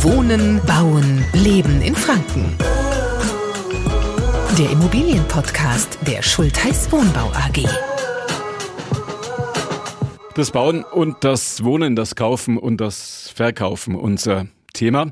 Wohnen, Bauen, Leben in Franken. Der Immobilienpodcast der Schultheiß Wohnbau AG. Das Bauen und das Wohnen, das Kaufen und das Verkaufen, unser Thema.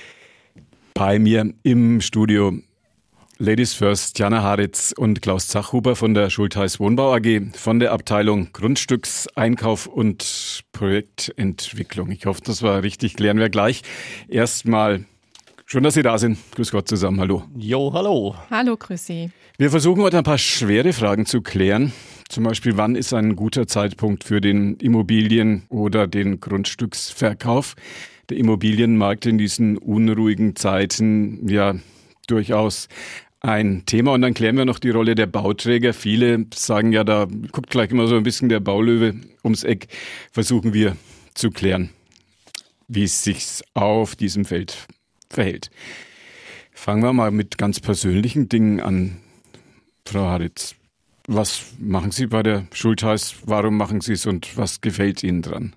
Bei mir im Studio Ladies First, Jana Haritz und Klaus Zachhuber von der Schultheiß Wohnbau AG, von der Abteilung Grundstückseinkauf und Projektentwicklung. Ich hoffe, das war richtig, klären wir gleich. Erstmal schön, dass Sie da sind. Grüß Gott zusammen, hallo. Jo, hallo. Hallo, grüß Sie. Wir versuchen heute ein paar schwere Fragen zu klären. Zum Beispiel, wann ist ein guter Zeitpunkt für den Immobilien- oder den Grundstücksverkauf? Der Immobilienmarkt in diesen unruhigen Zeiten, ja, durchaus ein Thema. Und dann klären wir noch die Rolle der Bauträger. Viele sagen ja, da guckt gleich immer so ein bisschen der Baulöwe ums Eck. Versuchen wir zu klären, wie es sich auf diesem Feld verhält. Fangen wir mal mit ganz persönlichen Dingen an. Frau Haritz, was machen Sie bei der Schultheiß? Warum machen Sie es und was gefällt Ihnen dran?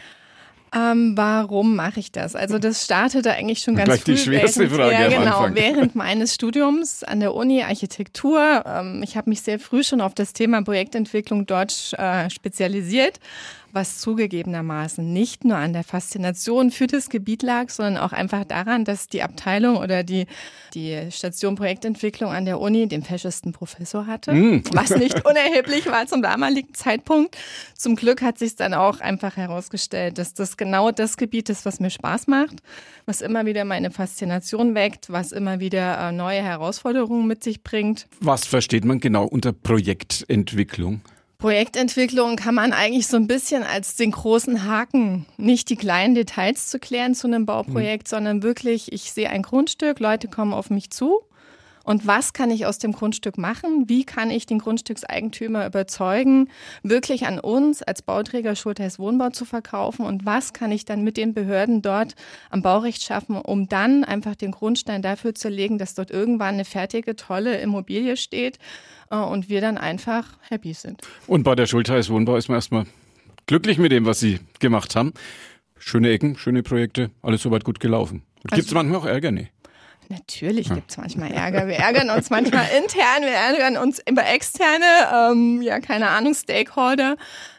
Warum mache ich das? Also das startete eigentlich schon ganz gleich früh. Die schwerste Frage am Anfang. Während meines Studiums an der Uni Architektur. Ich habe mich sehr früh schon auf das Thema Projektentwicklung dort spezialisiert, was zugegebenermaßen nicht nur an der Faszination für das Gebiet lag, sondern auch einfach daran, dass die Abteilung oder die Station Projektentwicklung an der Uni den feschesten Professor hatte, was nicht unerheblich war zum damaligen Zeitpunkt. Zum Glück hat sich dann auch einfach herausgestellt, dass das genau das Gebiet ist, was mir Spaß macht, was immer wieder meine Faszination weckt, was immer wieder neue Herausforderungen mit sich bringt. Was versteht man genau unter Projektentwicklung? Projektentwicklung kann man eigentlich so ein bisschen als den großen Haken, nicht die kleinen Details zu klären zu einem Bauprojekt, sondern wirklich, ich sehe ein Grundstück, Leute kommen auf mich zu und was kann ich aus dem Grundstück machen? Wie kann ich den Grundstückseigentümer überzeugen, wirklich an uns als Bauträger Schultheiß Wohnbau zu verkaufen und was kann ich dann mit den Behörden dort am Baurecht schaffen, um dann einfach den Grundstein dafür zu legen, dass dort irgendwann eine fertige, tolle Immobilie steht und wir dann einfach happy sind. Und bei der Schultheiß Wohnbau ist man erstmal glücklich mit dem, was Sie gemacht haben. Schöne Ecken, schöne Projekte, alles soweit gut gelaufen. Gibt es manchmal auch Ärger? Nee. Natürlich gibt es manchmal Ärger. Wir ärgern uns manchmal intern, wir ärgern uns über externe, keine Ahnung, Stakeholder.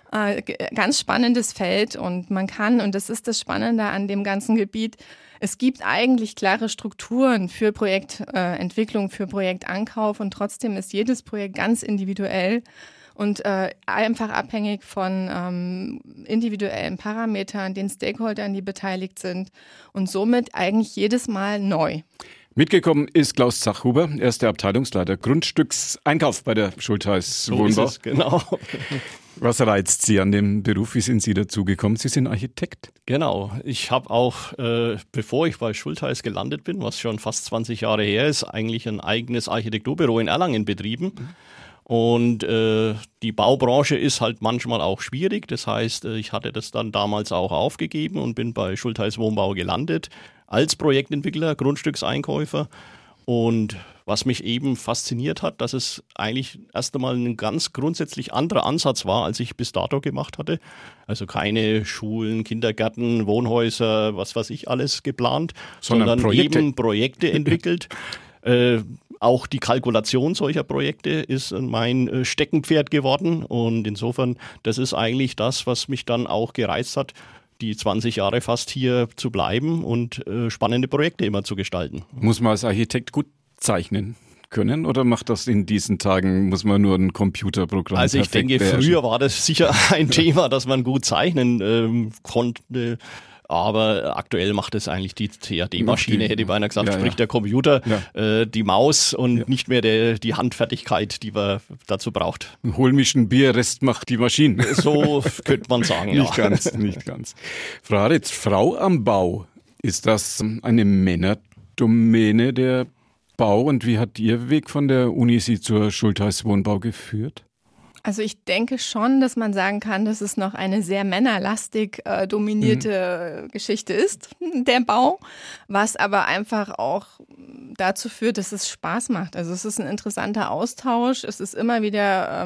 Ganz spannendes Feld und man kann, und das ist das Spannende an dem ganzen Gebiet, es gibt eigentlich klare Strukturen für Projektentwicklung, für Projektankauf und trotzdem ist jedes Projekt ganz individuell und einfach abhängig von individuellen Parametern, den Stakeholdern, die beteiligt sind und somit eigentlich jedes Mal neu. Mitgekommen ist Klaus Zachhuber, er ist der Abteilungsleiter Grundstückseinkauf bei der Schultheiß Wohnbau. So ist es, genau. Was reizt Sie an dem Beruf? Wie sind Sie dazugekommen? Sie sind Architekt. Genau. Ich habe auch, bevor ich bei Schultheiß gelandet bin, was schon fast 20 Jahre her ist, eigentlich ein eigenes Architekturbüro in Erlangen betrieben. Und die Baubranche ist halt manchmal auch schwierig. Das heißt, ich hatte das dann damals auch aufgegeben und bin bei Schultheiß Wohnbau gelandet als Projektentwickler, Grundstückseinkäufer. Und was mich eben fasziniert hat, dass es eigentlich erst einmal ein ganz grundsätzlich anderer Ansatz war, als ich bis dato gemacht hatte. Also keine Schulen, Kindergärten, Wohnhäuser, was weiß ich alles geplant, sondern Projekte. Eben Projekte entwickelt. Auch die Kalkulation solcher Projekte ist mein Steckenpferd geworden und insofern, das ist eigentlich das, was mich dann auch gereizt hat, die 20 Jahre fast hier zu bleiben und spannende Projekte immer zu gestalten. Muss man als Architekt gut zeichnen können oder macht das in diesen Tagen, muss man nur ein Computerprogramm Also ich denke, früher war das sicher ein Thema, dass man gut zeichnen konnte. Aber aktuell macht es eigentlich die CAD-Maschine, hätte ich beinahe gesagt, sprich der Computer, die Maus und nicht mehr die Handfertigkeit, die man dazu braucht. Ein holmischen Bierrest macht die Maschine. So könnte man sagen, ja. Nicht ganz. Frau Haritz, Frau am Bau, ist das eine Männerdomäne, der Bau? Und wie hat Ihr Weg von der Uni Sie zur Schultheiß Wohnbau geführt? Also ich denke schon, dass man sagen kann, dass es noch eine sehr männerlastig dominierte Geschichte ist, der Bau, was aber einfach auch dazu führt, dass es Spaß macht. Also es ist ein interessanter Austausch, es ist immer wieder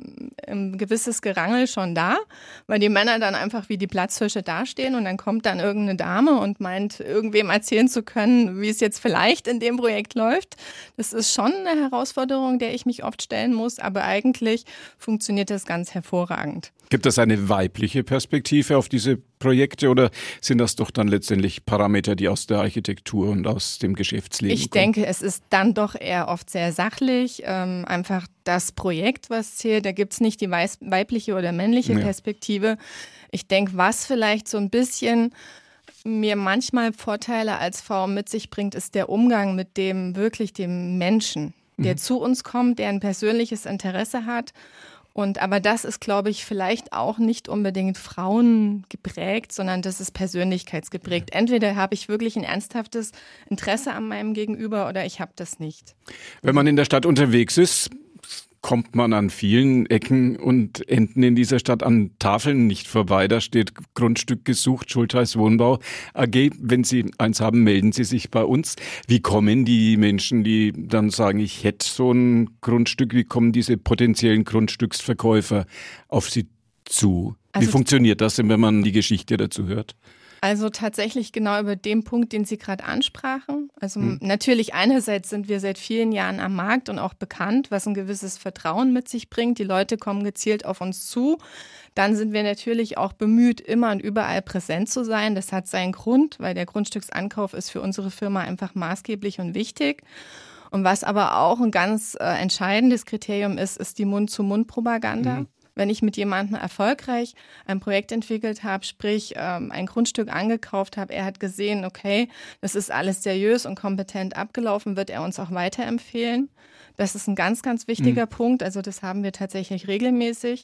ein gewisses Gerangel schon da, weil die Männer dann einfach wie die Platzhirsche dastehen und dann kommt dann irgendeine Dame und meint, irgendwem erzählen zu können, wie es jetzt vielleicht in dem Projekt läuft. Das ist schon eine Herausforderung, der ich mich oft stellen muss, aber eigentlich funktioniert das ganz hervorragend. Gibt es eine weibliche Perspektive auf diese Projekte oder sind das doch dann letztendlich Parameter, die aus der Architektur und aus dem Geschäftsleben kommen? Ich denke, es ist dann doch eher oft sehr sachlich. Einfach das Projekt, was zählt, da gibt es nicht die weibliche oder männliche Perspektive. Ich denke, was vielleicht so ein bisschen mir manchmal Vorteile als Frau mit sich bringt, ist der Umgang mit dem Menschen, der zu uns kommt, der ein persönliches Interesse hat. Aber das ist, glaube ich, vielleicht auch nicht unbedingt Frauen geprägt, sondern das ist persönlichkeitsgeprägt. Entweder habe ich wirklich ein ernsthaftes Interesse an meinem Gegenüber oder ich habe das nicht. Wenn man in der Stadt unterwegs ist, kommt man an vielen Ecken und Enden in dieser Stadt an Tafeln nicht vorbei. Da steht Grundstück gesucht, Schultheiß Wohnbau AG. Wenn Sie eins haben, melden Sie sich bei uns. Wie kommen die Menschen, die dann sagen, ich hätte so ein Grundstück, wie kommen diese potenziellen Grundstücksverkäufer auf Sie zu? Wie funktioniert das denn, wenn man die Geschichte dazu hört? Also tatsächlich genau über den Punkt, den Sie gerade ansprachen. Also natürlich einerseits sind wir seit vielen Jahren am Markt und auch bekannt, was ein gewisses Vertrauen mit sich bringt. Die Leute kommen gezielt auf uns zu. Dann sind wir natürlich auch bemüht, immer und überall präsent zu sein. Das hat seinen Grund, weil der Grundstücksankauf ist für unsere Firma einfach maßgeblich und wichtig. Und was aber auch ein ganz entscheidendes Kriterium ist, ist die Mund-zu-Mund-Propaganda. Wenn ich mit jemandem erfolgreich ein Projekt entwickelt habe, sprich ein Grundstück angekauft habe, er hat gesehen, okay, das ist alles seriös und kompetent abgelaufen, wird er uns auch weiterempfehlen. Das ist ein ganz, ganz wichtiger Punkt. Also das haben wir tatsächlich regelmäßig.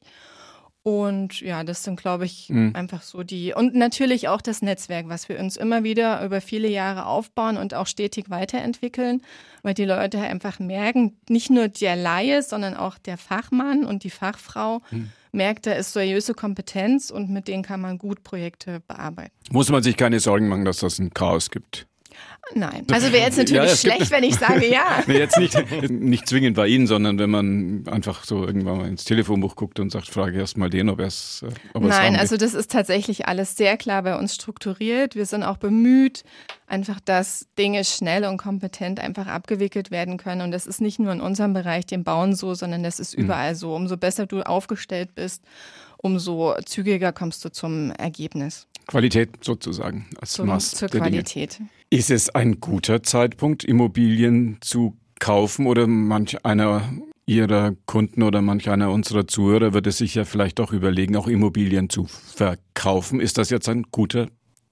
Und ja, das sind, glaube ich, einfach so und natürlich auch das Netzwerk, was wir uns immer wieder über viele Jahre aufbauen und auch stetig weiterentwickeln, weil die Leute einfach merken, nicht nur der Laie, sondern auch der Fachmann und die Fachfrau merkt, da ist seriöse Kompetenz und mit denen kann man gut Projekte bearbeiten. Muss man sich keine Sorgen machen, dass das ein Chaos gibt? Nein. Also wäre jetzt natürlich schlecht, wenn ich sage ja. Nee, jetzt nicht zwingend bei Ihnen, sondern wenn man einfach so irgendwann mal ins Telefonbuch guckt und sagt, frage erst mal den, ob er es Nein, also das ist tatsächlich alles sehr klar bei uns strukturiert. Wir sind auch bemüht, einfach, dass Dinge schnell und kompetent einfach abgewickelt werden können. Und das ist nicht nur in unserem Bereich, dem Bauen so, sondern das ist überall so. Umso besser du aufgestellt bist, umso zügiger kommst du zum Ergebnis. Qualität sozusagen als Maß zur der Qualität. Dinge. Ist es ein guter Zeitpunkt, Immobilien zu kaufen oder manch einer Ihrer Kunden oder manch einer unserer Zuhörer würde sich ja vielleicht auch überlegen, auch Immobilien zu verkaufen? Ist das jetzt ein guter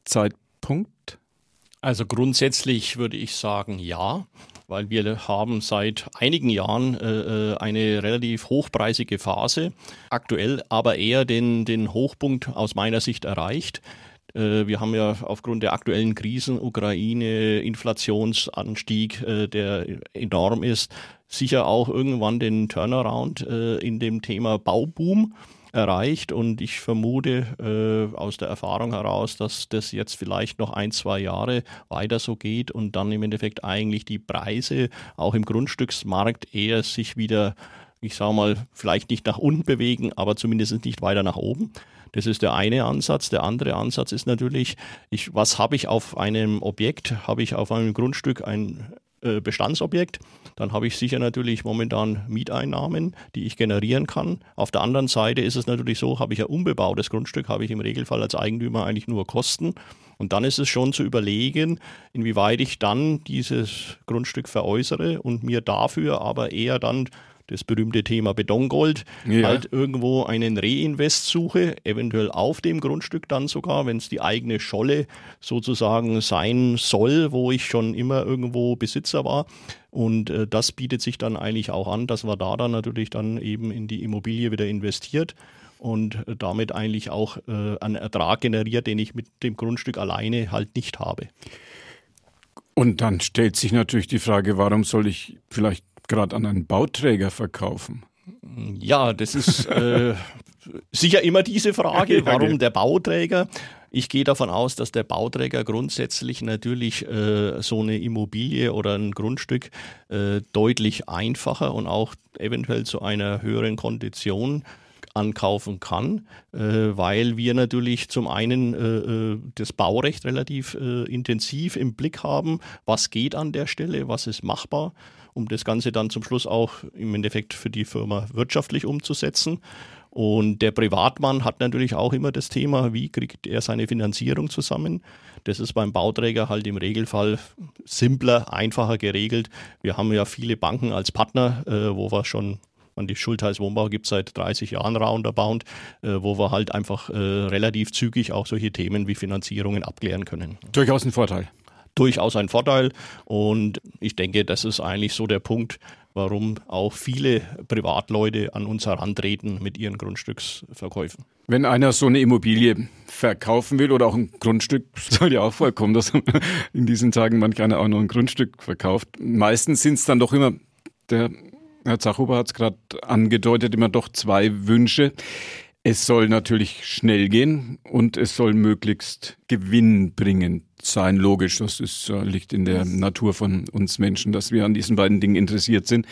Zeitpunkt? Also grundsätzlich würde ich sagen, ja, weil wir haben seit einigen Jahren eine relativ hochpreisige Phase, aktuell aber eher den Hochpunkt aus meiner Sicht erreicht. Wir haben ja aufgrund der aktuellen Krisen, Ukraine, Inflationsanstieg, der enorm ist, sicher auch irgendwann den Turnaround in dem Thema Bauboom erreicht. Und ich vermute aus der Erfahrung heraus, dass das jetzt vielleicht noch 1-2 Jahre weiter so geht und dann im Endeffekt eigentlich die Preise auch im Grundstücksmarkt eher sich wieder, ich sage mal, vielleicht nicht nach unten bewegen, aber zumindest nicht weiter nach oben. Das ist der eine Ansatz. Der andere Ansatz ist natürlich, was habe ich auf einem Objekt? Habe ich auf einem Grundstück ein Bestandsobjekt? Dann habe ich sicher natürlich momentan Mieteinnahmen, die ich generieren kann. Auf der anderen Seite ist es natürlich so, habe ich ein unbebautes Grundstück, habe ich im Regelfall als Eigentümer eigentlich nur Kosten. Und dann ist es schon zu überlegen, inwieweit ich dann dieses Grundstück veräußere und mir dafür aber eher dann das berühmte Thema Betongold, halt irgendwo einen Reinvest suche, eventuell auf dem Grundstück dann sogar, wenn es die eigene Scholle sozusagen sein soll, wo ich schon immer irgendwo Besitzer war. Und das bietet sich dann eigentlich auch an, dass man da dann natürlich dann eben in die Immobilie wieder investiert und damit eigentlich auch einen Ertrag generiert, den ich mit dem Grundstück alleine halt nicht habe. Und dann stellt sich natürlich die Frage, warum soll ich vielleicht gerade an einen Bauträger verkaufen? Ja, das ist sicher immer diese Frage, warum der Bauträger? Ich gehe davon aus, dass der Bauträger grundsätzlich natürlich so eine Immobilie oder ein Grundstück deutlich einfacher und auch eventuell zu einer höheren Kondition ankaufen kann, weil wir natürlich zum einen das Baurecht relativ intensiv im Blick haben, was geht an der Stelle, was ist machbar, um das Ganze dann zum Schluss auch im Endeffekt für die Firma wirtschaftlich umzusetzen. Und der Privatmann hat natürlich auch immer das Thema, wie kriegt er seine Finanzierung zusammen. Das ist beim Bauträger halt im Regelfall simpler, einfacher geregelt. Wir haben ja viele Banken als Partner, wo wir schon, die Schultheiß Wohnbau gibt es seit 30 Jahren roundabout, wo wir halt einfach relativ zügig auch solche Themen wie Finanzierungen abklären können. Durchaus ein Vorteil. Durchaus ein Vorteil und ich denke, das ist eigentlich so der Punkt, warum auch viele Privatleute an uns herantreten mit ihren Grundstücksverkäufen. Wenn einer so eine Immobilie verkaufen will oder auch ein Grundstück, soll ja auch vorkommen, dass in diesen Tagen manch einer auch noch ein Grundstück verkauft. Meistens sind es dann doch immer, der Herr Zachhuber hat es gerade angedeutet, immer doch zwei Wünsche. Es soll natürlich schnell gehen und es soll möglichst gewinnbringend sein. Logisch, das liegt in der Natur von uns Menschen, dass wir an diesen beiden Dingen interessiert sind.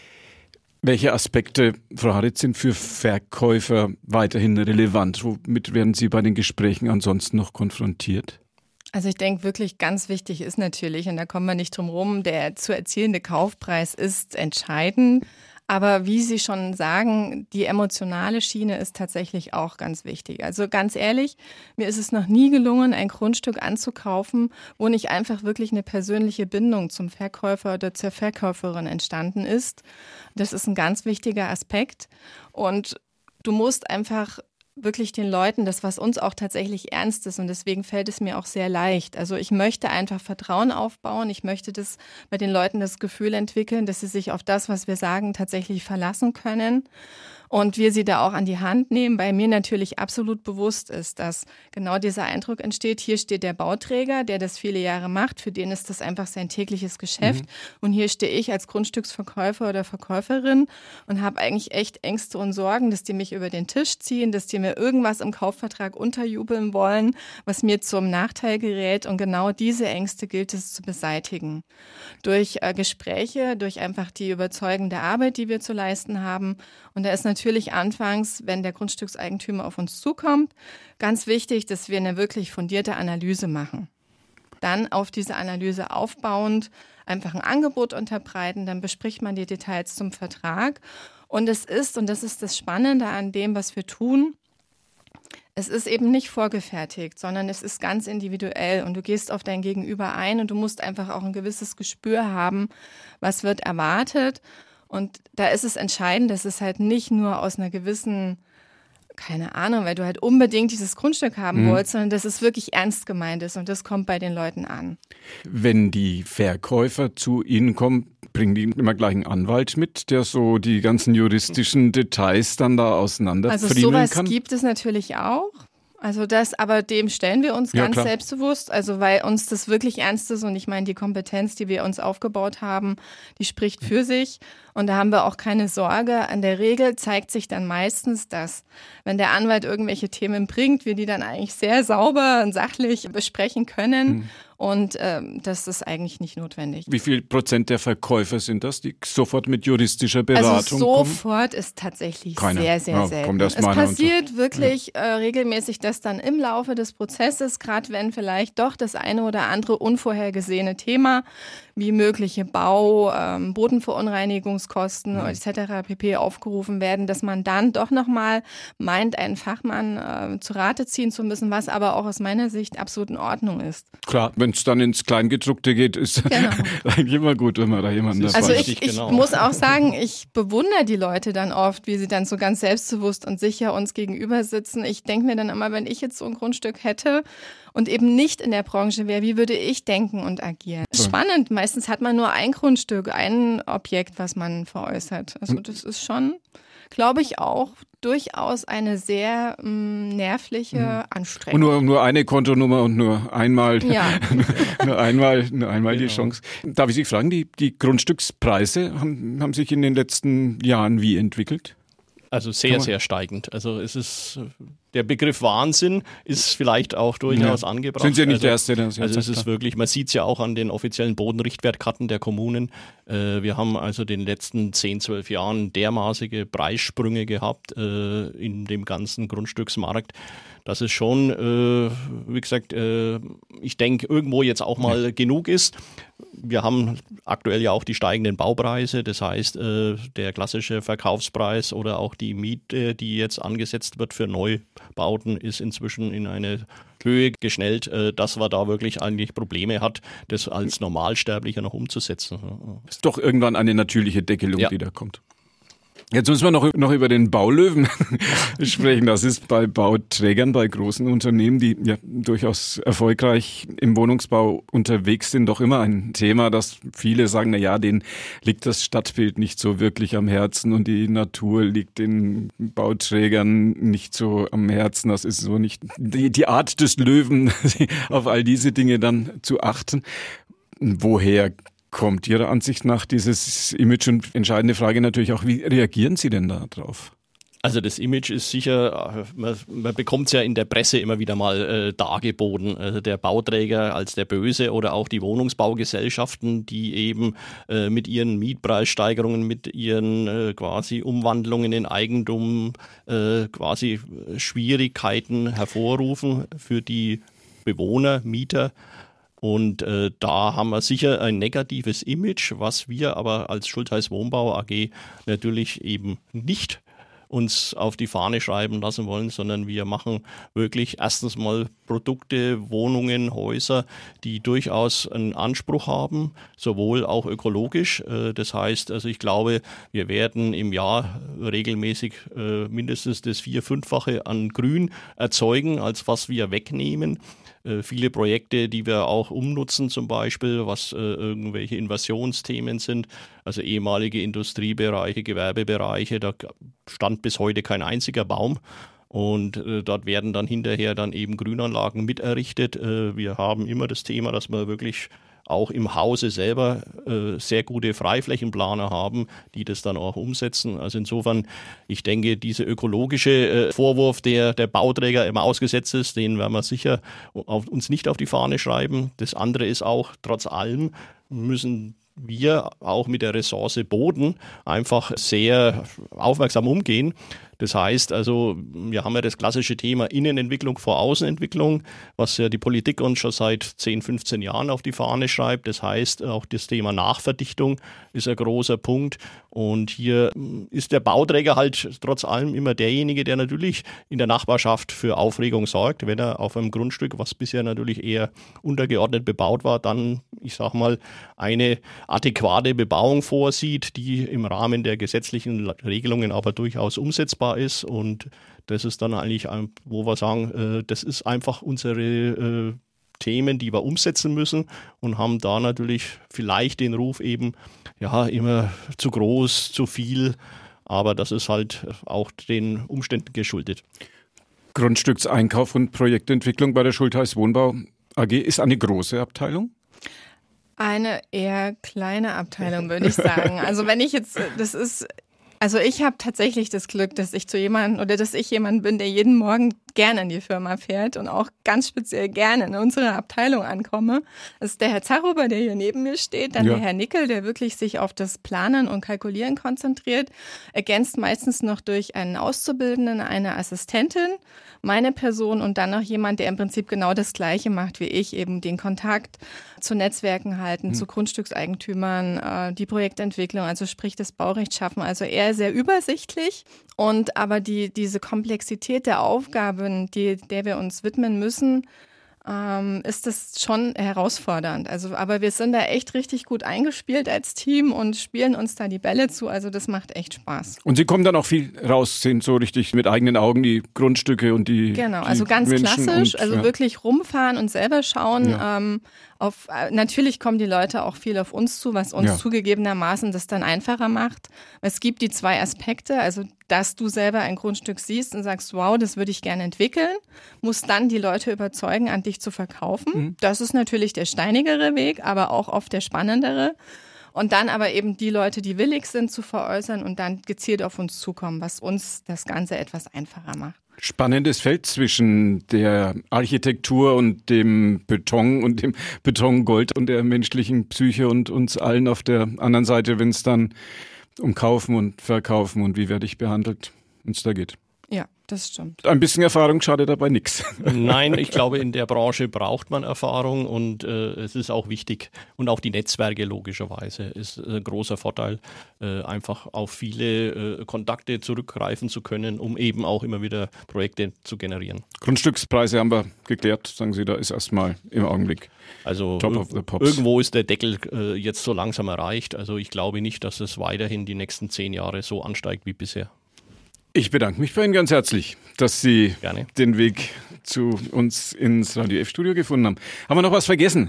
Welche Aspekte, Frau Haritz, sind für Verkäufer weiterhin relevant? Womit werden Sie bei den Gesprächen ansonsten noch konfrontiert? Also ich denke wirklich ganz wichtig ist natürlich, und da kommen wir nicht drum rum, der zu erzielende Kaufpreis ist entscheidend. Aber wie Sie schon sagen, die emotionale Schiene ist tatsächlich auch ganz wichtig. Also ganz ehrlich, mir ist es noch nie gelungen, ein Grundstück anzukaufen, wo nicht einfach wirklich eine persönliche Bindung zum Verkäufer oder zur Verkäuferin entstanden ist. Das ist ein ganz wichtiger Aspekt. Und du musst einfach wirklich den Leuten, das was uns auch tatsächlich ernst ist und deswegen fällt es mir auch sehr leicht. Also ich möchte einfach Vertrauen aufbauen, ich möchte das bei den Leuten das Gefühl entwickeln, dass sie sich auf das, was wir sagen, tatsächlich verlassen können und wir sie da auch an die Hand nehmen, weil mir natürlich absolut bewusst ist, dass genau dieser Eindruck entsteht, hier steht der Bauträger, der das viele Jahre macht, für den ist das einfach sein tägliches Geschäft und hier stehe ich als Grundstücksverkäufer oder Verkäuferin und habe eigentlich echt Ängste und Sorgen, dass die mich über den Tisch ziehen, dass die mir irgendwas im Kaufvertrag unterjubeln wollen, was mir zum Nachteil gerät und genau diese Ängste gilt es zu beseitigen. Durch Gespräche, durch einfach die überzeugende Arbeit, die wir zu leisten haben und da ist natürlich anfangs, wenn der Grundstückseigentümer auf uns zukommt, ganz wichtig, dass wir eine wirklich fundierte Analyse machen. Dann auf diese Analyse aufbauend einfach ein Angebot unterbreiten, dann bespricht man die Details zum Vertrag. Und es ist, und das ist das Spannende an dem, was wir tun, es ist eben nicht vorgefertigt, sondern es ist ganz individuell und du gehst auf dein Gegenüber ein und du musst einfach auch ein gewisses Gespür haben, was wird erwartet. Und da ist es entscheidend, dass es halt nicht nur aus einer gewissen, keine Ahnung, weil du halt unbedingt dieses Grundstück haben wolltest, sondern dass es wirklich ernst gemeint ist und das kommt bei den Leuten an. Wenn die Verkäufer zu Ihnen kommen, bringen die immer gleich einen Anwalt mit, der so die ganzen juristischen Details dann da auseinanderfriemeln kann? Also sowas gibt es natürlich auch. Also aber dem stellen wir uns ganz selbstbewusst, also weil uns das wirklich ernst ist und ich meine, die Kompetenz, die wir uns aufgebaut haben, die spricht für sich und da haben wir auch keine Sorge. An der Regel zeigt sich dann meistens, dass wenn der Anwalt irgendwelche Themen bringt, wir die dann eigentlich sehr sauber und sachlich besprechen können und das ist eigentlich nicht notwendig. Wie viel Prozent der Verkäufer sind das, die sofort mit juristischer Beratung kommen? Also sofort ist tatsächlich sehr, sehr selten. Es passiert wirklich regelmäßig, dass dann im Laufe des Prozesses, gerade wenn vielleicht doch das eine oder andere unvorhergesehene Thema, wie mögliche Bodenverunreinigungskosten etc. pp. Aufgerufen werden, dass man dann doch nochmal meint, einen Fachmann zu Rate ziehen zu müssen, was aber auch aus meiner Sicht absolut in Ordnung ist. Klar, wenn es dann ins Kleingedruckte geht, ist eigentlich immer gut, wenn man da jemanden dabei hat. Also ich muss auch sagen, ich bewundere die Leute dann oft, wie sie dann so ganz selbstbewusst und sicher uns gegenüber sitzen. Ich denke mir dann immer, wenn ich jetzt so ein Grundstück hätte und eben nicht in der Branche wäre, wie würde ich denken und agieren? Spannend, meistens hat man nur ein Grundstück, ein Objekt, was man veräußert. Also das ist schon glaube ich, auch durchaus eine sehr nervliche Anstrengung. Und nur eine Kontonummer und nur einmal, nur einmal die Chance. Darf ich Sie fragen, die Grundstückspreise haben sich in den letzten Jahren wie entwickelt? Also sehr, sehr steigend. Also es ist, der Begriff Wahnsinn ist vielleicht auch durchaus angebracht. Sind Sie ja nicht der Erste, der das Also es ist wirklich, man sieht es ja auch an den offiziellen Bodenrichtwertkarten der Kommunen. Wir haben also in den letzten 10, 12 Jahren dermaßige Preissprünge gehabt in dem ganzen Grundstücksmarkt. Dass es schon, wie gesagt, ich denke, irgendwo jetzt auch mal genug ist. Wir haben aktuell ja auch die steigenden Baupreise, das heißt, der klassische Verkaufspreis oder auch die Miete, die jetzt angesetzt wird für Neubauten, ist inzwischen in eine Höhe geschnellt, dass man da wirklich eigentlich Probleme hat, das als Normalsterblicher noch umzusetzen. Ist doch irgendwann eine natürliche Deckelung, die da kommt. Jetzt müssen wir noch über den Baulöwen sprechen. Das ist bei Bauträgern, bei großen Unternehmen, die ja durchaus erfolgreich im Wohnungsbau unterwegs sind, doch immer ein Thema, dass viele sagen, na ja, denen liegt das Stadtbild nicht so wirklich am Herzen und die Natur liegt den Bauträgern nicht so am Herzen. Das ist so nicht die Art des Löwen, auf all diese Dinge dann zu achten. Woher kommt Ihrer Ansicht nach dieses Image? Und entscheidende Frage natürlich auch, wie reagieren Sie denn da drauf? Also das Image ist sicher, man bekommt es ja in der Presse immer wieder mal dargeboten. Also der Bauträger als der Böse oder auch die Wohnungsbaugesellschaften, die eben mit ihren Mietpreissteigerungen, mit ihren quasi Umwandlungen in Eigentum quasi Schwierigkeiten hervorrufen für die Bewohner, Mieter. Und da haben wir sicher ein negatives Image, was wir aber als Schultheiß Wohnbau AG natürlich eben nicht uns auf die Fahne schreiben lassen wollen, sondern wir machen wirklich erstens mal Produkte, Wohnungen, Häuser, die durchaus einen Anspruch haben, sowohl auch ökologisch. Das heißt, also ich glaube, wir werden im Jahr regelmäßig mindestens das 4-5-fache an Grün erzeugen, als was wir wegnehmen. Viele Projekte, die wir auch umnutzen, zum Beispiel, was irgendwelche Inversionsthemen sind, also ehemalige Industriebereiche, Gewerbebereiche, da stand bis heute kein einziger Baum. Und dort werden dann hinterher dann eben Grünanlagen mit errichtet. Wir haben immer das Thema, dass wir wirklich auch im Hause selber sehr gute Freiflächenplaner haben, die das dann auch umsetzen. Also insofern, ich denke, dieser ökologische Vorwurf, der Bauträger immer ausgesetzt ist, den werden wir sicher uns nicht auf die Fahne schreiben. Das andere ist auch, trotz allem müssen wir auch mit der Ressource Boden einfach sehr aufmerksam umgehen. Das heißt also, wir haben ja das klassische Thema Innenentwicklung vor Außenentwicklung, was ja die Politik uns schon seit 10, 15 Jahren auf die Fahne schreibt. Das heißt, auch das Thema Nachverdichtung ist ein großer Punkt. Und hier ist der Bauträger halt trotz allem immer derjenige, der natürlich in der Nachbarschaft für Aufregung sorgt, wenn er auf einem Grundstück, was bisher natürlich eher untergeordnet bebaut war, dann, ich sag mal, eine adäquate Bebauung vorsieht, die im Rahmen der gesetzlichen Regelungen aber durchaus umsetzbar ist. Und das ist dann eigentlich, wo wir sagen, das ist einfach unsere Themen, die wir umsetzen müssen und haben da natürlich vielleicht den Ruf eben, ja, immer zu groß, zu viel, aber das ist halt auch den Umständen geschuldet. Grundstückseinkauf und Projektentwicklung bei der Schultheiß Wohnbau AG ist eine große Abteilung? Eine eher kleine Abteilung, würde ich sagen. Also wenn ich jetzt, also ich habe tatsächlich das Glück, dass ich jemand bin, der jeden Morgen gerne in die Firma fährt und auch ganz speziell gerne in unserer Abteilung ankomme. Das ist der Herr Zaruber, der hier neben mir steht, dann der Herr Nickel, der wirklich sich auf das Planen und Kalkulieren konzentriert, ergänzt meistens noch durch einen Auszubildenden, eine Assistentin, meine Person und dann noch jemand, der im Prinzip genau das Gleiche macht wie ich, eben den Kontakt zu Netzwerken halten, zu Grundstückseigentümern, die Projektentwicklung, also sprich das Baurecht schaffen, also eher sehr übersichtlich. Und aber diese Komplexität der Aufgaben, der wir uns widmen müssen, ist das schon herausfordernd. Also, aber wir sind da echt richtig gut eingespielt als Team und spielen uns da die Bälle zu. Also das macht echt Spaß. Und Sie kommen dann auch viel raus, sehen so richtig mit eigenen Augen die Grundstücke und die Genau, also ganz Menschen klassisch, wirklich rumfahren und selber schauen. Natürlich kommen die Leute auch viel auf uns zu, was uns zugegebenermaßen das dann einfacher macht. Es gibt die 2 Aspekte, also dass du selber ein Grundstück siehst und sagst, wow, das würde ich gerne entwickeln, musst dann die Leute überzeugen, an dich zu verkaufen. Das ist natürlich der steinigere Weg, aber auch oft der spannendere. Und dann aber eben die Leute, die willig sind zu veräußern und dann gezielt auf uns zukommen, was uns das Ganze etwas einfacher macht. Spannendes Feld zwischen der Architektur und dem Beton und dem Betongold und der menschlichen Psyche und uns allen auf der anderen Seite, wenn es dann um Kaufen und Verkaufen und wie werde ich behandelt, wenn es da geht. Ja, das stimmt. Ein bisschen Erfahrung schadet dabei nichts. Nein, ich glaube, in der Branche braucht man Erfahrung und es ist auch wichtig. Und auch die Netzwerke logischerweise ist ein großer Vorteil, einfach auf viele Kontakte zurückgreifen zu können, um eben auch immer wieder Projekte zu generieren. Grundstückspreise haben wir geklärt, sagen Sie, da ist erstmal im Augenblick also Top of the Pops. Irgendwo ist der Deckel jetzt so langsam erreicht. Also ich glaube nicht, dass es weiterhin die nächsten 10 Jahre so ansteigt wie bisher. Ich bedanke mich bei Ihnen ganz herzlich, dass Sie Gerne. den Weg zu uns ins Radio F-Studio gefunden haben. Haben wir noch was vergessen?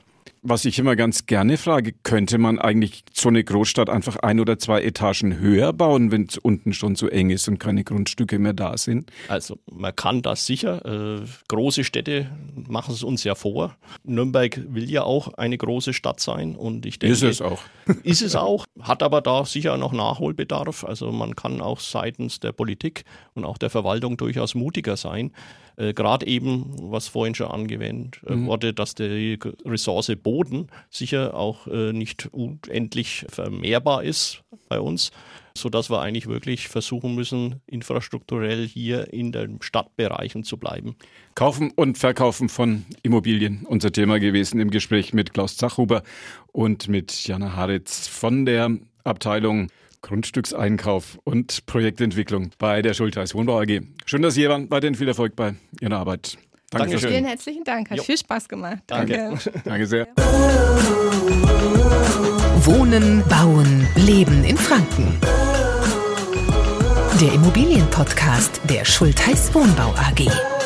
Was ich immer ganz gerne frage, könnte man eigentlich so eine Großstadt einfach 1 oder 2 Etagen höher bauen, wenn es unten schon so eng ist und keine Grundstücke mehr da sind? Also man kann das sicher. Große Städte machen es uns ja vor. Nürnberg will ja auch eine große Stadt sein und ich denke, ist es auch. Ist es auch, hat aber da sicher noch Nachholbedarf. Also man kann auch seitens der Politik und auch der Verwaltung durchaus mutiger sein. Gerade eben, was vorhin schon angewendet wurde, dass die Ressource Boden sicher auch nicht unendlich vermehrbar ist bei uns, sodass wir eigentlich wirklich versuchen müssen, infrastrukturell hier in den Stadtbereichen zu bleiben. Kaufen und Verkaufen von Immobilien, unser Thema gewesen im Gespräch mit Klaus Zachhuber und mit Jana Haritz von der Abteilung Grundstückseinkauf und Projektentwicklung bei der Schultheiß Wohnbau AG. Schön, dass Sie hier waren. Weiterhin viel Erfolg bei Ihrer Arbeit. Dankeschön. Vielen herzlichen Dank. Hat viel Spaß gemacht. Danke. Danke sehr. Wohnen, Bauen, Leben in Franken. Der Immobilienpodcast der Schultheiß Wohnbau AG.